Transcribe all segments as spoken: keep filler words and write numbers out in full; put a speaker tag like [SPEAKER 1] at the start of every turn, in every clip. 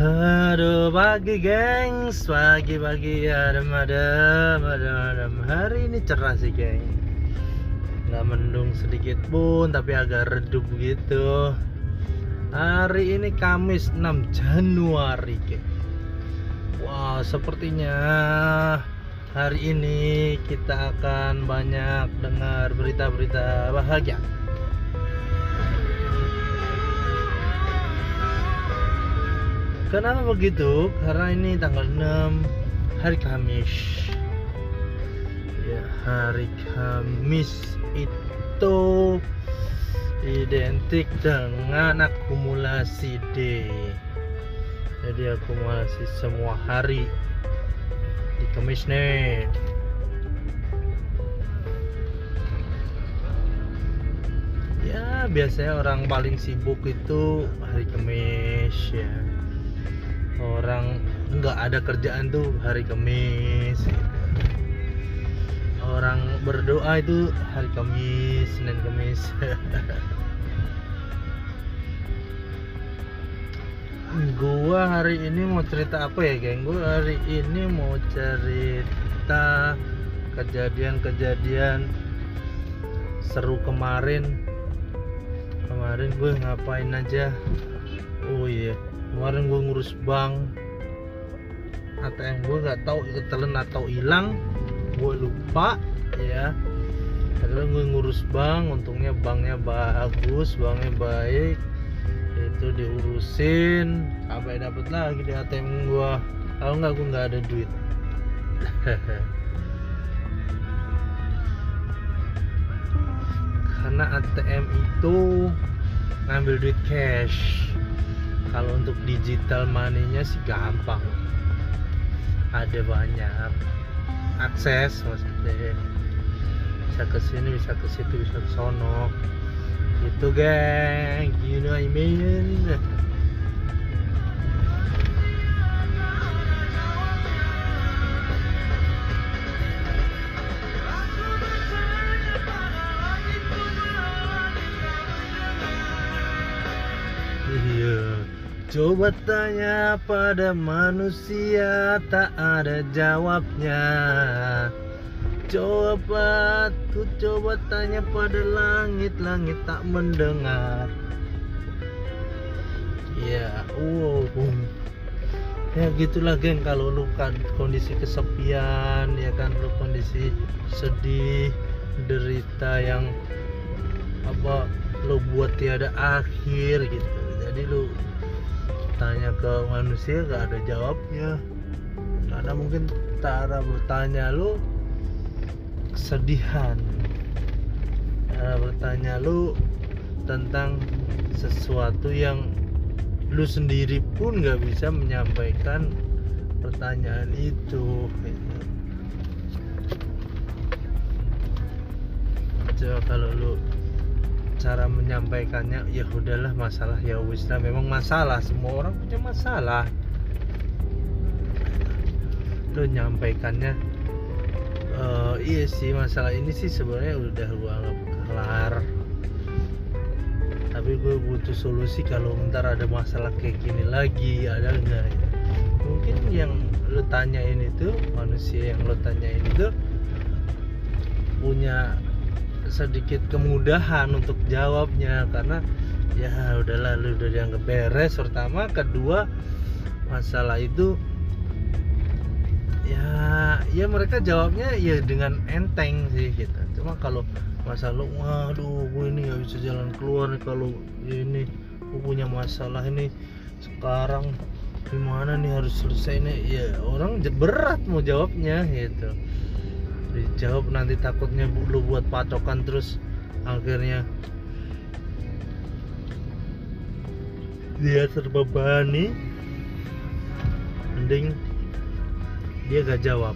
[SPEAKER 1] Aduh, pagi gengs, pagi-pagi adem adem adem adem. Hari ini cerah sih geng, nggak mendung sedikit pun, tapi agak redup gitu. Hari ini Kamis enam Januari geng. Wah, sepertinya hari ini kita akan banyak dengar berita-berita bahagia. Kenapa begitu? Karena ini tanggal enam, hari Kamis. Ya, hari Kamis itu identik dengan akumulasi D. Jadi akumulasi semua hari di Kamis nih. Ya, biasanya orang paling sibuk itu hari Kamis ya. Orang nggak ada kerjaan tuh hari Kamis gitu. Orang berdoa itu hari Kamis, Senin Kamis. Gua hari ini mau cerita apa ya geng? Gua hari ini mau cerita kejadian-kejadian seru kemarin. Kemarin gue ngapain aja? Oh iya, kemarin gue ngurus bank. A T M gue nggak tahu ketelen atau hilang, gue lupa ya. Karena gue ngurus bank, untungnya banknya bagus, banknya baik, itu diurusin sampai dapet lagi di A T M gue. Kalau nggak, gue nggak ada duit. Karena A T M itu ngambil duit cash. Kalau untuk digital money-nya sih gampang, ada banyak akses, maksudnya bisa ke sini, bisa ke situ, bisa ke sono gitu geng, you know what I mean. Iya, coba tanya pada manusia, tak ada jawabnya. Coba, ku coba tanya pada langit, langit tak mendengar. Ya, wow, ya gitulah geng. Kalau lu kan kondisi kesepian, ya kan, lu kondisi sedih, derita yang apa lu buat tiada akhir gitu. Jadi lu tanya ke manusia gak ada jawabnya, karena mungkin cara bertanya lu kesedihan, cara bertanya lu tentang sesuatu yang lu sendiri pun gak bisa menyampaikan pertanyaan itu gitu. Coba kalau lu cara menyampaikannya, ya udahlah, masalah ya wis lah, memang masalah, semua orang punya masalah. Lo nyampaikannya, uh, iya sih, masalah ini sih sebenarnya udah gua anggap kelar, tapi gue butuh solusi. Kalau ntar ada masalah kayak gini lagi, ada enggak ya? Mungkin yang lo tanyain itu, manusia yang lo tanyain itu punya sedikit kemudahan untuk jawabnya, karena ya udahlah, lu udah dianggap beres. Pertama, kedua, masalah itu ya ya mereka jawabnya ya dengan enteng sih gitu. Cuma kalau masalah, waduh gue ini nggak bisa jalan keluar nih, kalau ini gue punya masalah ini sekarang gimana nih, harus selesai nih, ya orang berat mau jawabnya gitu. Dijawab nanti takutnya lu buat patokan, terus akhirnya dia terbebani. Mending dia gak jawab,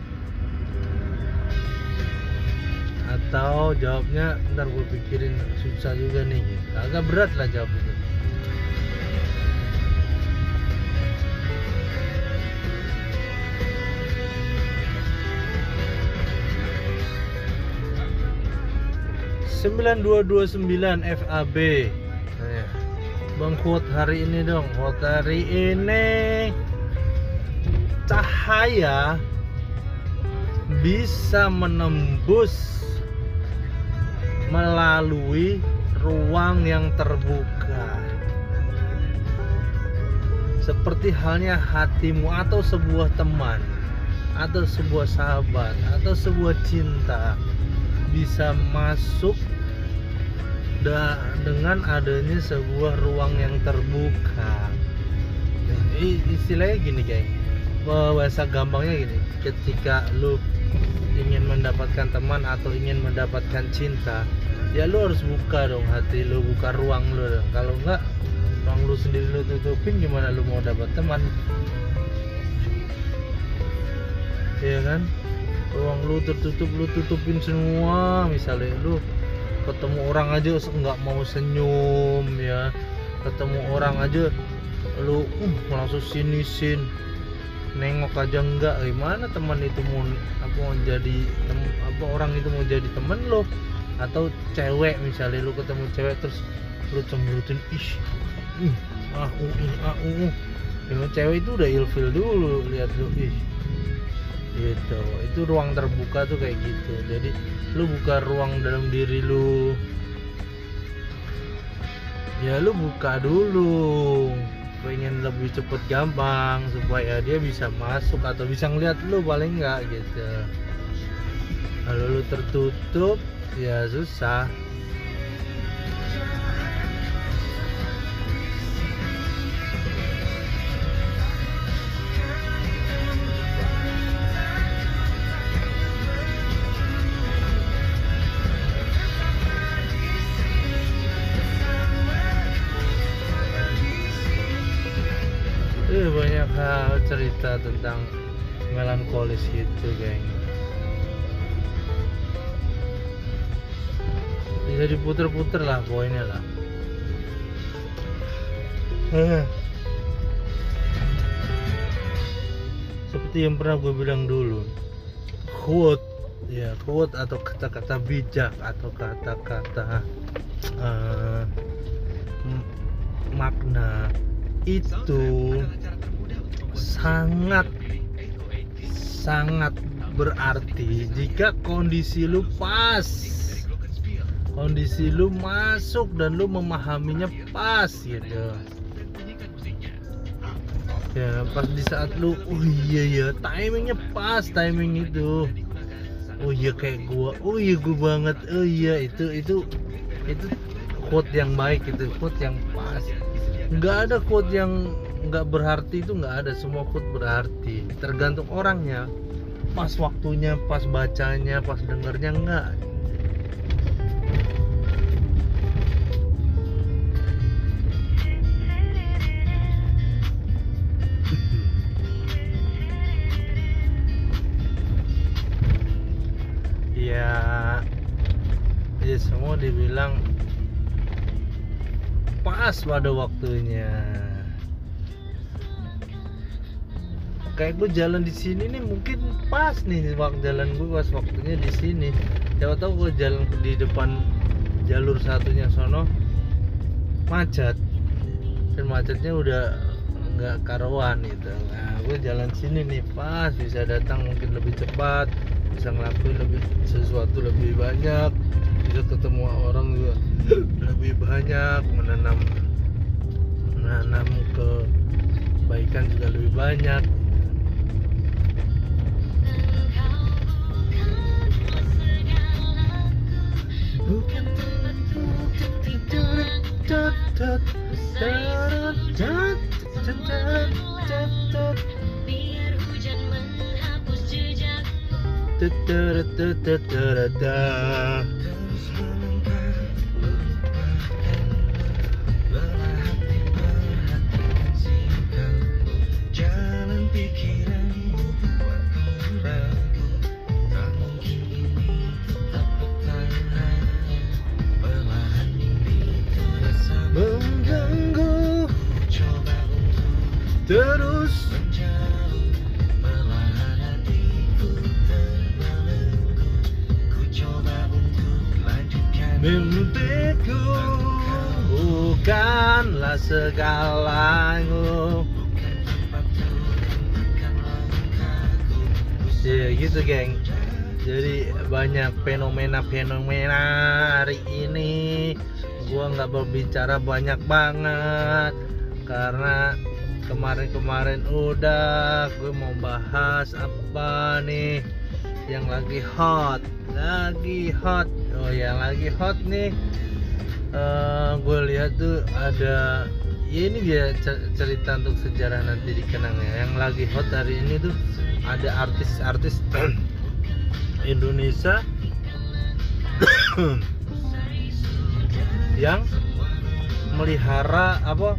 [SPEAKER 1] atau jawabnya ntar gue pikirin, susah juga nih gitu. Agak berat lah jawab itu. sembilan dua dua sembilan F A B. Nah, Bang, quote hari ini dong. Quote hari ini, cahaya bisa menembus melalui ruang yang terbuka, seperti halnya hatimu atau sebuah teman atau sebuah sahabat atau sebuah cinta bisa masuk da, dengan adanya sebuah ruang yang terbuka. Istilahnya gini guys, bahasa gampangnya gini, ketika lu ingin mendapatkan teman atau ingin mendapatkan cinta, ya lu harus buka dong hati lu, buka ruang lu dong. Kalau enggak, ruang lu sendiri lu tutupin, gimana lu mau dapat teman? Iya kan? Ruang lu tertutup, lu tutupin semua. Misalnya lu ketemu orang aja nggak mau senyum ya, ketemu orang aja lu uh, langsung sinisin, nengok aja enggak, gimana teman itu mau apa mau jadi tem, apa orang itu mau jadi temen lo? Atau cewek, misalnya lu ketemu cewek terus lu cemberutin, ih uh, ah uh, ah uh, uh. Ya, cewek itu udah ilfil dulu, lihat lu, ih gitu. Itu ruang terbuka tuh kayak gitu. Jadi lu buka ruang dalam diri lu, ya lu buka dulu, pengen lebih cepet gampang supaya dia bisa masuk atau bisa ngeliat lu paling enggak gitu. Kalau lu tertutup ya susah. Eh, banyak hal cerita tentang melankolis gitu geng, bisa diputer-puter lah poinnya lah. eh. Seperti yang pernah gue bilang dulu, quote ya, quote atau kata-kata bijak atau kata-kata uh, makna itu sangat sangat berarti jika kondisi lu pas, kondisi lu masuk dan lu memahaminya pas gitu ya. Pas di saat lu, oh iya ya, timingnya pas, timing itu, oh iya kayak gua, oh iya gua banget, oh iya itu itu itu quote yang baik, itu quote yang pas. Nggak ada quote yang nggak berarti, itu nggak ada. Semua quote berarti, tergantung orangnya, pas waktunya, pas bacanya, pas dengernya enggak. ya ya semua dibilang pas pada waktunya. Kayak gue jalan di sini nih, mungkin pas nih waktu jalan gue pas waktunya di sini. Siapa tahu gue jalan di depan jalur satunya sono macet, dan macetnya udah nggak karuan gitu. Nah, gue jalan sini nih pas, bisa datang mungkin lebih cepat, bisa ngelakuin lebih sesuatu lebih banyak, bisa ketemu orang juga lebih banyak, menanam menanam kebaikan juga lebih banyak. Bukan temanku tidur tetap biar hujan menghapus jejak. Jalan pikiranmu buatku ragu, tak mungkin ini tak bertahan. Perlahan ini terasa mengganggu, coba untuk terus menjauh. Perlahan hatiku terbelenggu, ku coba untuk lanjutkan mimpiku. bukanlah segalamu. Ya gitu geng. Jadi banyak fenomena-fenomena hari ini. Gua nggak berbicara banyak banget karena kemarin-kemarin udah gue mau bahas apa nih yang lagi hot, lagi hot. Oh ya lagi hot nih. Uh, gue lihat tuh ada, ya ini dia cerita untuk sejarah nanti dikenangnya. Yang lagi hot hari ini tuh ada artis-artis Indonesia yang melihara apa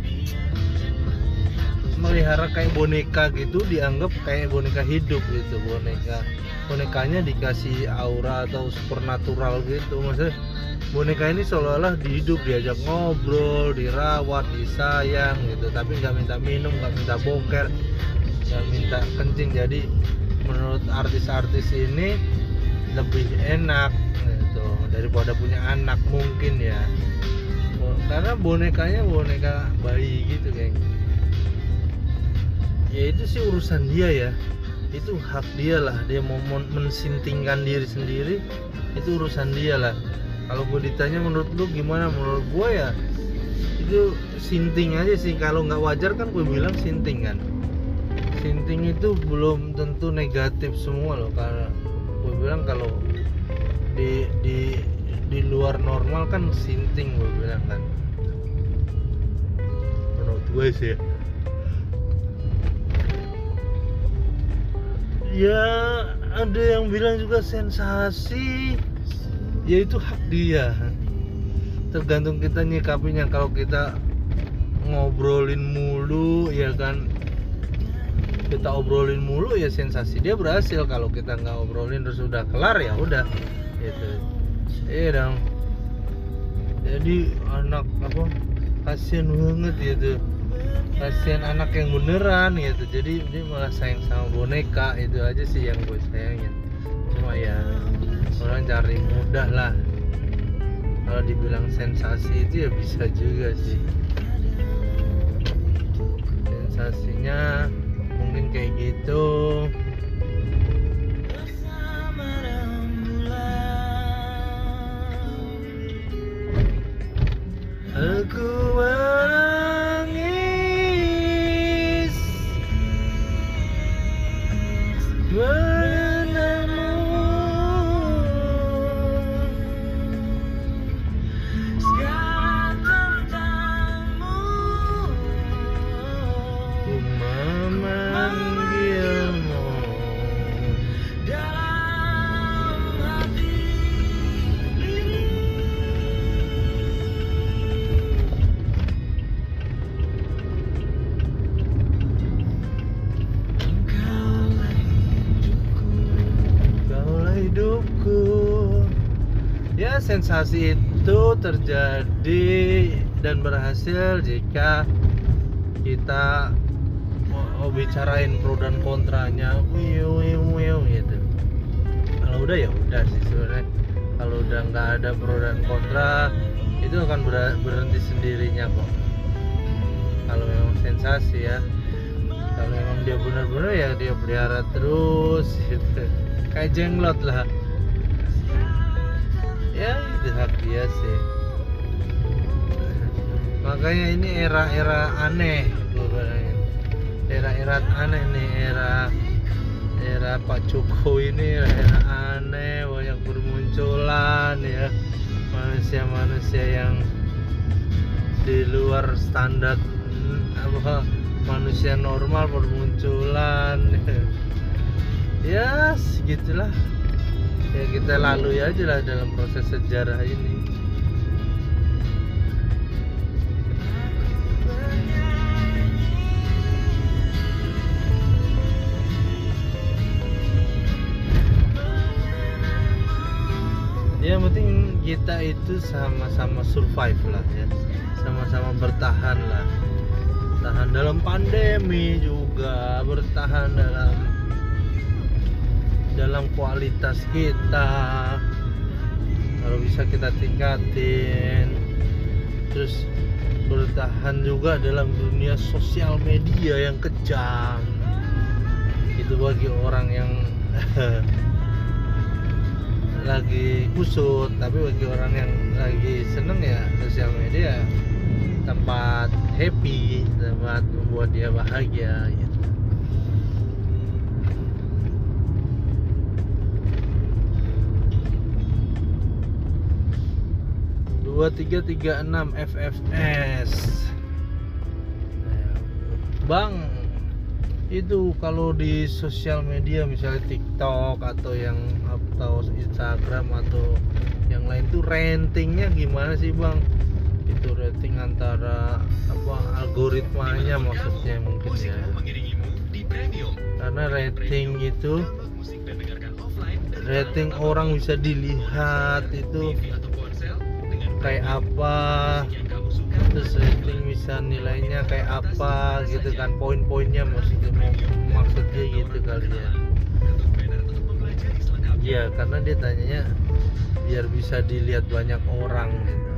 [SPEAKER 1] melihara kayak boneka gitu, dianggap kayak boneka hidup gitu. Boneka bonekanya dikasih aura atau supernatural gitu. Maksudnya boneka ini seolah-olah dihidup, diajak ngobrol, dirawat, disayang gitu, tapi nggak minta minum, nggak minta boker, nggak minta kencing. Jadi menurut artis-artis ini lebih enak gitu daripada punya anak mungkin ya, karena bonekanya boneka bayi gitu geng. Ya itu sih urusan dia ya, itu hak dia lah, dia mau mensintingkan diri sendiri itu urusan dia lah. Kalau gue ditanya menurut lu gimana, menurut gue ya itu sinting aja sih. Kalau nggak wajar kan gue bilang sinting kan. Sinting itu belum tentu negatif semua loh, karena gue bilang kalau di di di luar normal kan sinting, gue bilang kan menurut gue sih ya. Ada yang bilang juga sensasi, ya itu hak dia, tergantung kita nyikapinya. Kalau kita ngobrolin mulu ya kan, kita obrolin mulu ya sensasi dia berhasil. Kalau kita nggak obrolin terus udah kelar ya udah gitu. Iya dong. Jadi anak apa, kasian banget gitu, kasian anak yang beneran gitu. Jadi dia malah sayang sama boneka, itu aja sih yang gue sayangin. Cuma ya orang cari mudah lah. Kalau dibilang sensasi itu ya bisa juga sih. Sensasinya mungkin kayak gitu. Aku menangis menemumu, sekarang tentangmu ku memanggilmu dalam hati. Hidupku ya, sensasi itu terjadi dan berhasil jika kita mau bicarain pro dan kontranya, wiu wiu wiu gitu. Kalau udah ya udah sih sebenarnya. Kalau udah nggak ada pro dan kontra itu akan berhenti sendirinya kok. Kalau memang sensasi ya, kalau memang dia benar-benar ya dia pelihara terus gitu. Kayak jenglot lah ya, itu hak dia sih. Makanya ini era-era aneh, era-era aneh nih, era era Pak Jokowi ini era aneh, banyak bermunculan ya manusia-manusia yang di luar standar apa manusia normal bermunculan. Ya segitulah ya, kita lalui aja lah dalam proses sejarah ini. Ya yang penting kita itu sama-sama survive lah ya, sama-sama bertahan lah, bertahan dalam pandemi juga, bertahan dalam dalam kualitas kita. Kalau bisa kita tingkatin terus bertahan juga dalam dunia sosial media yang kejam. Itu bagi orang yang lagi kusut, tapi bagi orang yang lagi seneng ya sosial media tempat happy, tempat membuat dia bahagia gitu. dua tiga tiga enam F F S. Bang, itu kalau di sosial media misalnya TikTok atau yang atau Instagram atau yang lain tuh ratingnya gimana sih Bang? Itu rating antara apa algoritmanya maksudnya mungkin ya. Karena rating itu rating orang bisa dilihat itu kayak apa, terus rating bisa nilainya kayak apa gitu kan, poin-poinnya maksudnya maksudnya gitu kali ya. Ya karena dia tanyanya biar bisa dilihat banyak orang gitu.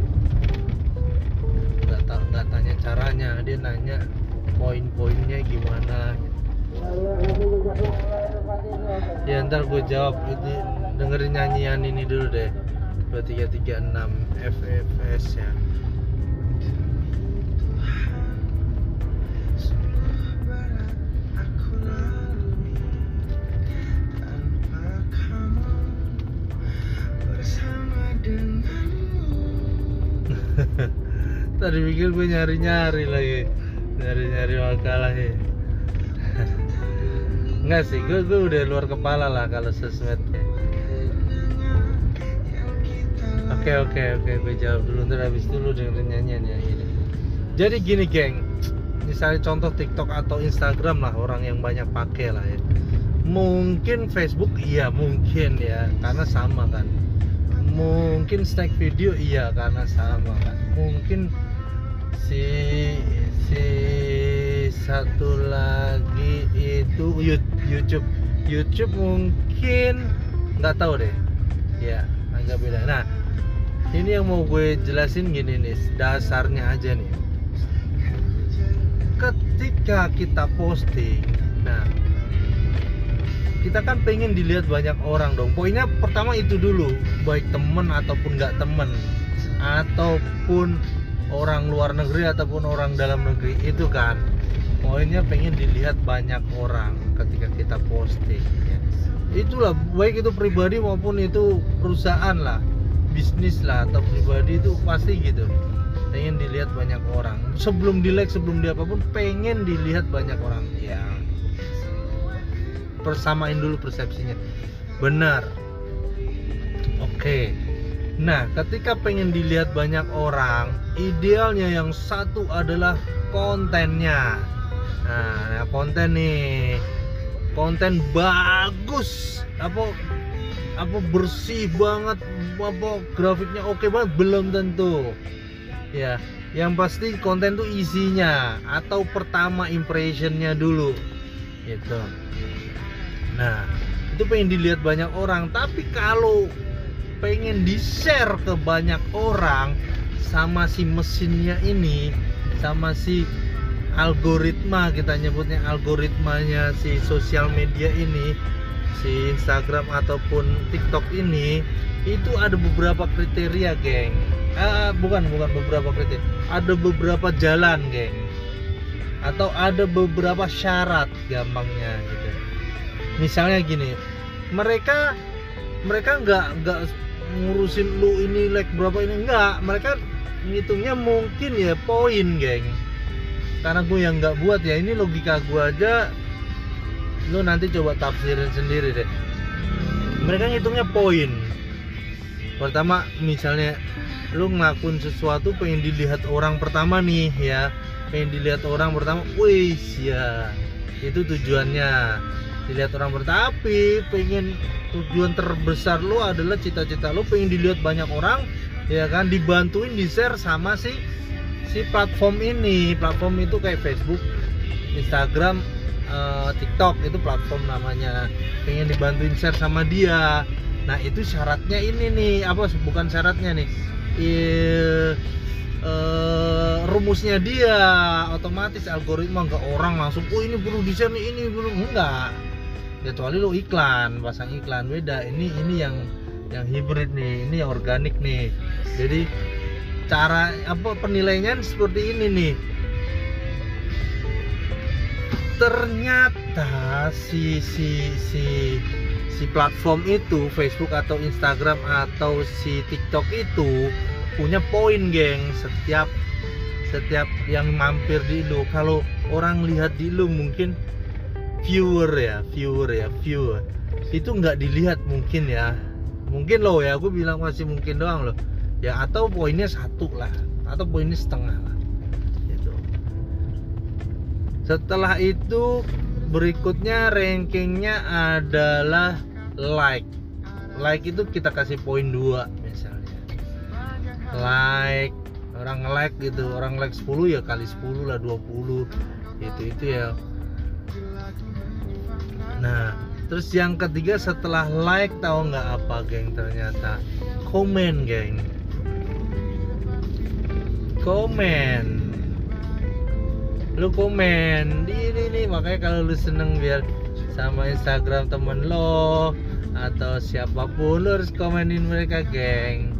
[SPEAKER 1] Nggak tahu, nggak tanya caranya, dia nanya poin-poinnya gimana gitu. Ya ntar gue jawab, ini dengerin nyanyian ini dulu deh, dua tiga tiga enam F F S ya. Tadi pikir gue nyari-nyari lagi, nyari-nyari makalahnya. Enggak sih, gue, gue udah luar kepala lah kalau sosmednya. Oke oke oke, gue jawab dulu, ntar habis dulu dengerin nyanyian ya ini. Jadi gini geng, misalnya contoh TikTok atau Instagram lah orang yang banyak pakai lah ya. Mungkin Facebook iya mungkin ya, karena sama kan. Mungkin snack video iya karena sama kan. Mungkin si si satu lagi itu YouTube YouTube mungkin nggak tahu deh ya, agak beda. Nah ini yang mau gue jelasin gini nih, dasarnya aja nih. Ketika kita posting, nah kita kan pengen dilihat banyak orang dong. Poinnya pertama itu dulu, baik temen ataupun nggak temen, ataupun orang luar negeri ataupun orang dalam negeri, itu kan poinnya pengen dilihat banyak orang ketika kita posting ya. Itulah baik itu pribadi maupun itu perusahaan lah, bisnis lah atau pribadi, itu pasti gitu, pengen dilihat banyak orang. Sebelum di like, sebelum di apapun pengen dilihat banyak orang ya. Persamain dulu persepsinya, benar. Oke, nah ketika pengen dilihat banyak orang, idealnya yang satu adalah kontennya. Nah konten nih, konten bagus, apa apa bersih banget, apa grafiknya oke banget, belum tentu ya. Yang pasti konten tuh isinya atau pertama impressionnya dulu gitu. Nah itu pengen dilihat banyak orang. Tapi kalau pengen di share ke banyak orang sama si mesinnya ini, sama si algoritma, kita nyebutnya algoritmanya si sosial media ini, si Instagram ataupun TikTok ini, itu ada beberapa kriteria geng. Uh, bukan bukan beberapa kriteria, ada beberapa jalan geng, atau ada beberapa syarat gampangnya gitu. Misalnya gini, mereka mereka nggak nggak ngurusin lu ini like berapa ini, enggak, mereka ngitungnya mungkin ya poin geng. Karena gue yang nggak buat ya, ini logika gue aja, lu nanti coba tafsirin sendiri deh. Mereka ngitungnya poin. Pertama misalnya lu ngelakuin sesuatu pengen dilihat orang pertama nih ya, pengen dilihat orang pertama, wih ya itu tujuannya dilihat orang pertama. Tapi pengen tujuan terbesar lu adalah cita-cita lu pengen dilihat banyak orang ya kan, dibantuin di share sama si si platform ini. Platform itu kayak Facebook, Instagram, uh, TikTok, itu platform namanya, pengen dibantuin share sama dia. Nah itu syaratnya ini nih, apa bukan syaratnya nih, I, uh, rumusnya dia, otomatis algoritma nggak orang langsung oh ini perlu di share nih, ini perlu enggak, kecuali lo iklan, pasang iklan. Beda ini ini yang yang hybrid nih, ini yang organik nih. Jadi cara apa penilaian seperti ini nih. Ternyata si si si si platform itu, Facebook atau Instagram atau si TikTok itu punya poin, geng. Setiap setiap yang mampir di lu, kalau orang lihat di lu mungkin viewer ya, viewer ya, viewer itu nggak dilihat mungkin ya, mungkin loh ya, aku bilang masih mungkin doang loh ya, atau poinnya satu lah, atau poinnya setengah lah gitu. Setelah itu berikutnya rankingnya adalah like. Like itu kita kasih poin dua misalnya. Like, orang like gitu, orang like sepuluh ya kali sepuluh lah, dua puluh gitu itu ya. Nah, terus yang ketiga setelah like tahu nggak apa, geng? Ternyata komen, geng. Komen. Lu komen di ini nih, makanya kalau lu seneng biar sama Instagram temen lo atau siapapun, lu harus komenin mereka, geng.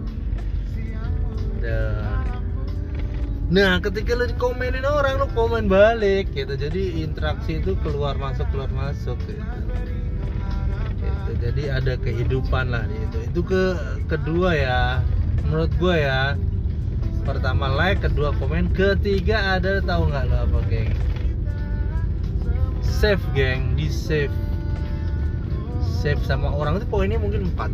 [SPEAKER 1] Duh. Nah, ketika lu dikomenin orang, lu komen balik gitu. Jadi interaksi itu keluar masuk keluar masuk gitu. Gitu. Jadi ada kehidupan lah gitu. Itu ke kedua ya, menurut gue ya. Pertama like, kedua komen, ketiga ada tahu nggak lo apa, geng? Save, geng, di save. Save sama orang itu poinnya mungkin empat.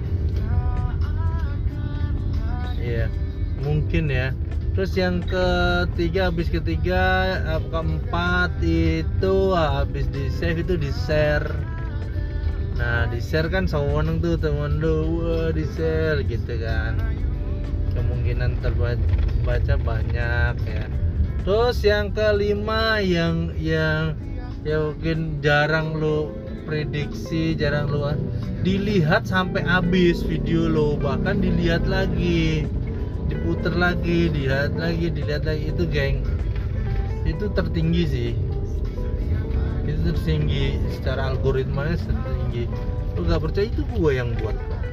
[SPEAKER 1] Iya, mungkin ya. Terus yang ketiga, habis ketiga, keempat itu habis di save itu di share. Nah, di share kan sewenang tuh temen lu, wah, di share gitu kan. Kemungkinan terbaca banyak ya. Terus yang kelima yang yang ya mungkin jarang lo prediksi, jarang lo dilihat sampai habis video lo, bahkan dilihat lagi, diputer lagi, dilihat lagi, dilihat lagi, itu, geng, itu tertinggi sih. Itu tertinggi secara algoritmanya, tertinggi. Lo gak percaya, itu gue yang buat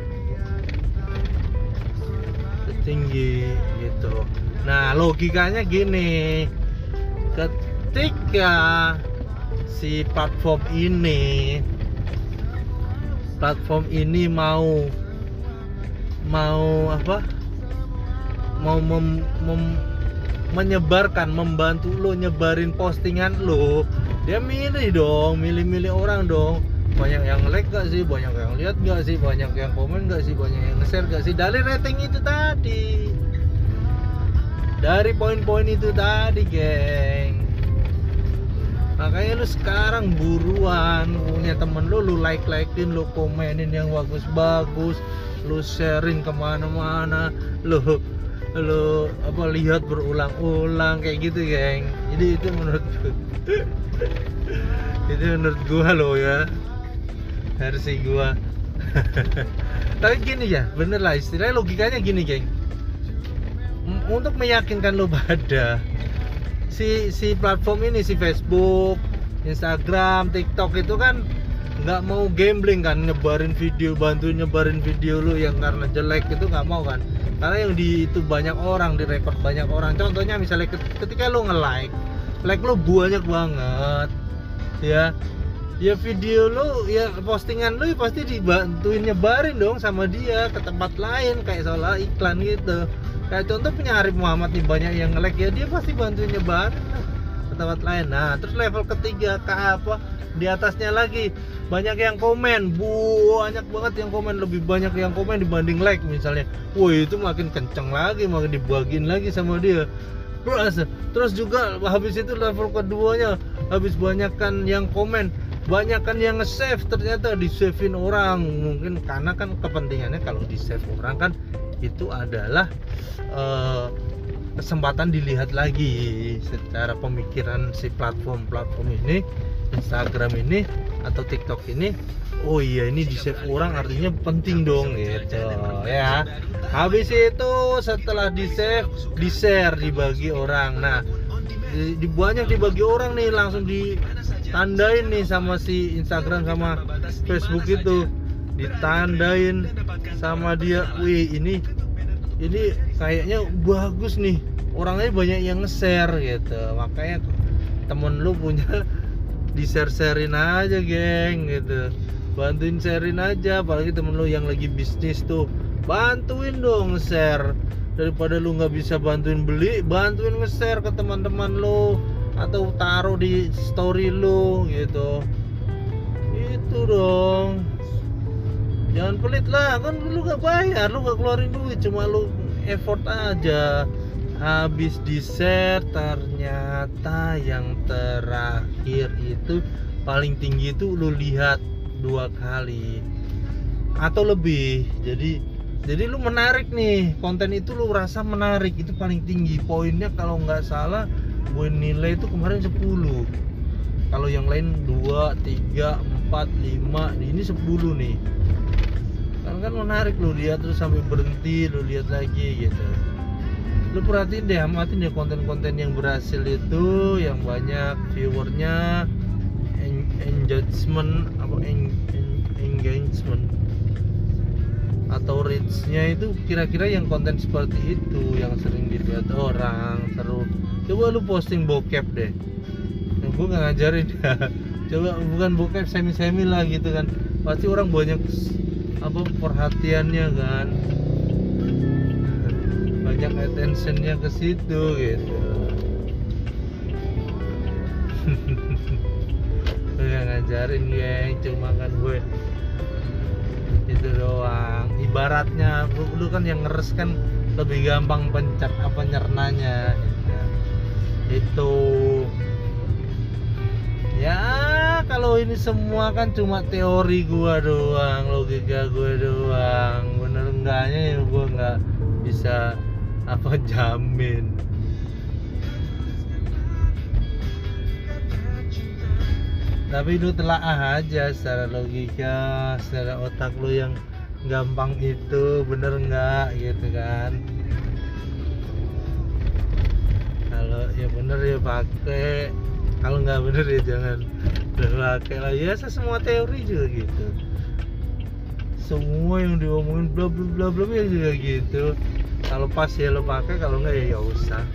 [SPEAKER 1] tinggi gitu. Nah, logikanya gini, ketika si platform ini platform ini mau mau apa mau mem, mem, menyebarkan, membantu lo nyebarin postingan lo, dia milih dong, milih-milih orang dong. Banyak yang like gak sih, banyak yang lihat gak sih, banyak yang komen gak sih, banyak yang nge-share gak sih, dari rating itu tadi, dari poin-poin itu tadi, geng. Makanya lu sekarang buruan punya temen lu, lu like-likein, lu komenin yang bagus-bagus, lu sharing kemana-mana, lu lu apa lihat berulang-ulang kayak gitu, geng. Jadi itu menurut gue itu menurut gua lo ya, versi gua. Tapi gini ya, bener lah, istilahnya logikanya gini, geng. Untuk meyakinkan lo pada si si platform ini, si Facebook, Instagram, TikTok itu kan nggak mau gambling kan, nyebarin video, bantuin nyebarin video lu yang karena jelek itu nggak mau kan, karena yang di itu banyak orang, direkod banyak orang. Contohnya misalnya ketika lu nge-like, like lu banyak banget ya, ya video lu, ya postingan lu ya pasti dibantuin nyebarin dong sama dia ke tempat lain, kayak seolah iklan gitu. Kayak contoh punya Arif Muhammad nih, banyak yang nge-like, ya dia pasti bantuin nyebarin ke tempat lain. Nah, terus level ketiga ke apa, di atasnya lagi banyak yang komen, banyak banget yang komen, lebih banyak yang komen dibanding like misalnya. Wah, itu makin kenceng lagi, makin dibagiin lagi sama dia. Terus, terus juga habis itu level keduanya, habis banyakkan yang komen, banyakkan yang nge-save, ternyata di-save-in orang. Mungkin karena kan kepentingannya kalau di-save orang kan itu adalah uh, kesempatan dilihat lagi secara pemikiran si platform-platform ini, Instagram ini atau TikTok ini, oh iya ini di save orang artinya penting dong gitu ya. Habis itu setelah di save, di share, dibagi orang. Nah di, di banyak dibagi orang nih, langsung ditandain nih sama si Instagram sama Facebook itu, ditandain sama dia. Wih ini ini kayaknya bagus nih, orangnya banyak yang nge-share gitu. Makanya temen lu punya di share-sharein aja geng gitu, bantuin sharein aja. Apalagi temen lu yang lagi bisnis tuh, bantuin dong share. Daripada lu nggak bisa bantuin beli, bantuin nge-share ke teman-teman lu atau taruh di story lu gitu. Itu dong, jangan pelit lah, kan lu gak bayar, lu gak keluarin duit, cuma lu effort aja. Habis di share ternyata yang terakhir itu paling tinggi itu lu lihat dua kali atau lebih. Jadi jadi lu menarik nih, konten itu lu rasa menarik, itu paling tinggi poinnya. Kalau nggak salah gue nilai itu kemarin sepuluh. Kalau yang lain dua, tiga, empat, lima, ini sepuluh nih. Kan kan menarik, lu lihat terus sampai berhenti, lu lihat lagi gitu. Lu perhatiin deh, amatin deh konten-konten yang berhasil itu, yang banyak viewernya, engagement apa engagement atau reach-nya itu, kira-kira yang konten seperti itu yang sering dilihat orang, seru. Coba lu posting bokep deh, yang gue nggak ngajarin ya. Coba bukan bokep, semi-semi lah gitu kan, pasti orang banyak apa perhatiannya kan, banyak attentionnya ke situ gitu. Gue nggak ngajarin geng, cuma kan gue itu doang. Ibaratnya lu, lu kan yang ngeres kan lebih gampang pencet apa nyernanya gitu. Itu ya, kalau ini semua kan cuma teori gua doang, logika gua doang. Bener enggaknya ya gua nggak bisa apa jamin. Tapi lu telaah aja secara logika, secara otak lu yang gampang itu, bener nggak gitu kan. Kalau ya bener ya pakai, kalau nggak bener ya jangan pakai lah. Ya semua teori juga gitu, semua yang diomongin bla bla bla bla ya juga gitu. Kalau pas ya lo pakai, kalau nggak ya ya usah.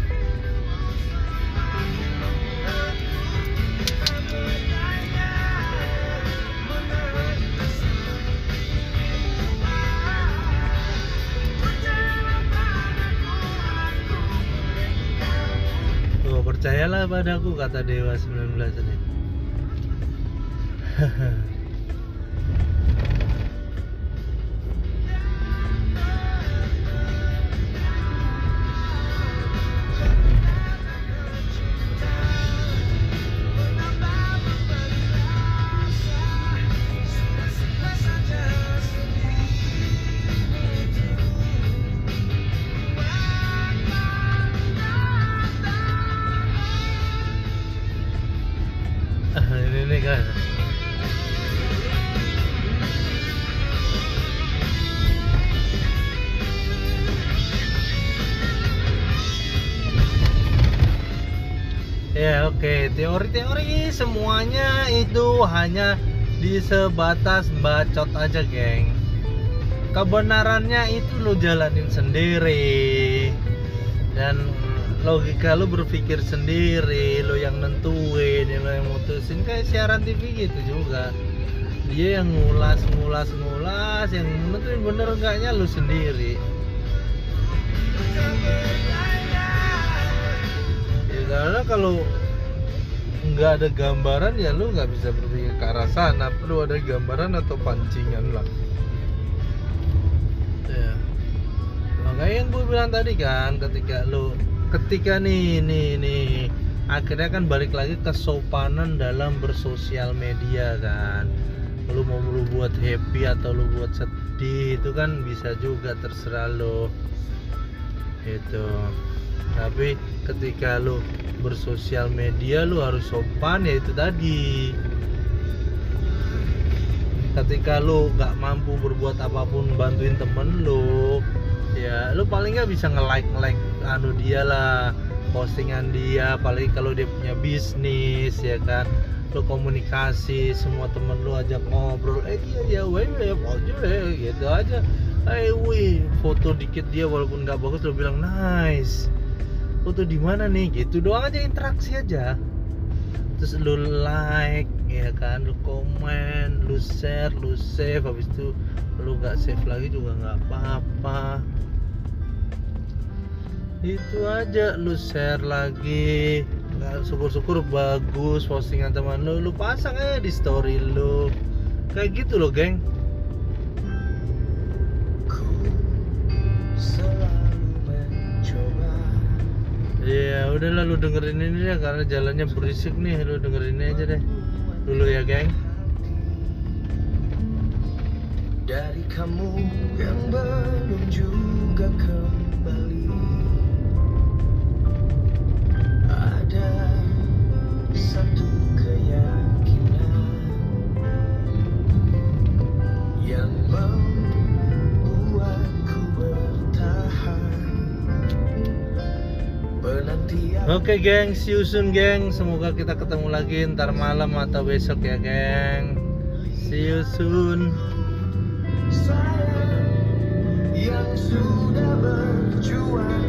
[SPEAKER 1] Percayalah padaku, kata Dewa sembilan belas ini. Ini kan ya oke, okay. Teori-teori semuanya itu hanya di sebatas bacot aja geng. Kebenarannya itu lo jalanin sendiri, dan logika lu berpikir sendiri, lu yang nentuin, lu yang mutusin. Kayak siaran T V gitu juga, dia yang ngulas ngulas ngulas, yang nentuin bener enggaknya lu sendiri ya. Karena kalau nggak ada gambaran ya lu nggak bisa berpikir ke arah sana, perlu ada gambaran atau pancingan lah ya. Makanya yang gue bilang tadi kan, ketika lu ketika nih nih nih akhirnya kan balik lagi kesopanan dalam bersosial media kan. Lu mau lu buat happy atau lu buat sedih itu kan bisa juga, terserah lu gitu. Tapi ketika lu bersosial media lu harus sopan, ya itu tadi ketika lu nggak mampu berbuat apapun bantuin temen lu, ya lu paling nggak bisa nge-like nge-like anu dia lah, postingan dia, apalagi kalau dia punya bisnis ya kan. Lu komunikasi, semua temen lu ajak ngobrol, eh iya ya weh aja gitu aja, eh wih foto dikit dia walaupun nggak bagus lu bilang nice, foto di mana nih, gitu doang aja, interaksi aja. Terus lu like ya kan, lu komen, lu share, lu save, habis itu lu gak save lagi juga nggak apa-apa, itu aja. Lu share lagi, nggak, syukur-syukur bagus postingan teman lu, lu pasang aja di story lu, kayak gitu loh geng. Ya udahlah, lu dengerin ini deh karena jalannya berisik nih, lu dengerin ini aja deh dulu ya geng.
[SPEAKER 2] Dari kamu yang belum juga kembali, ada satu keyakinan yang membuatku bertahan.
[SPEAKER 1] Oke geng, see you soon geng. Semoga kita ketemu lagi ntar malam atau besok ya geng. See you soon.
[SPEAKER 2] Sayang yang sudah berjuang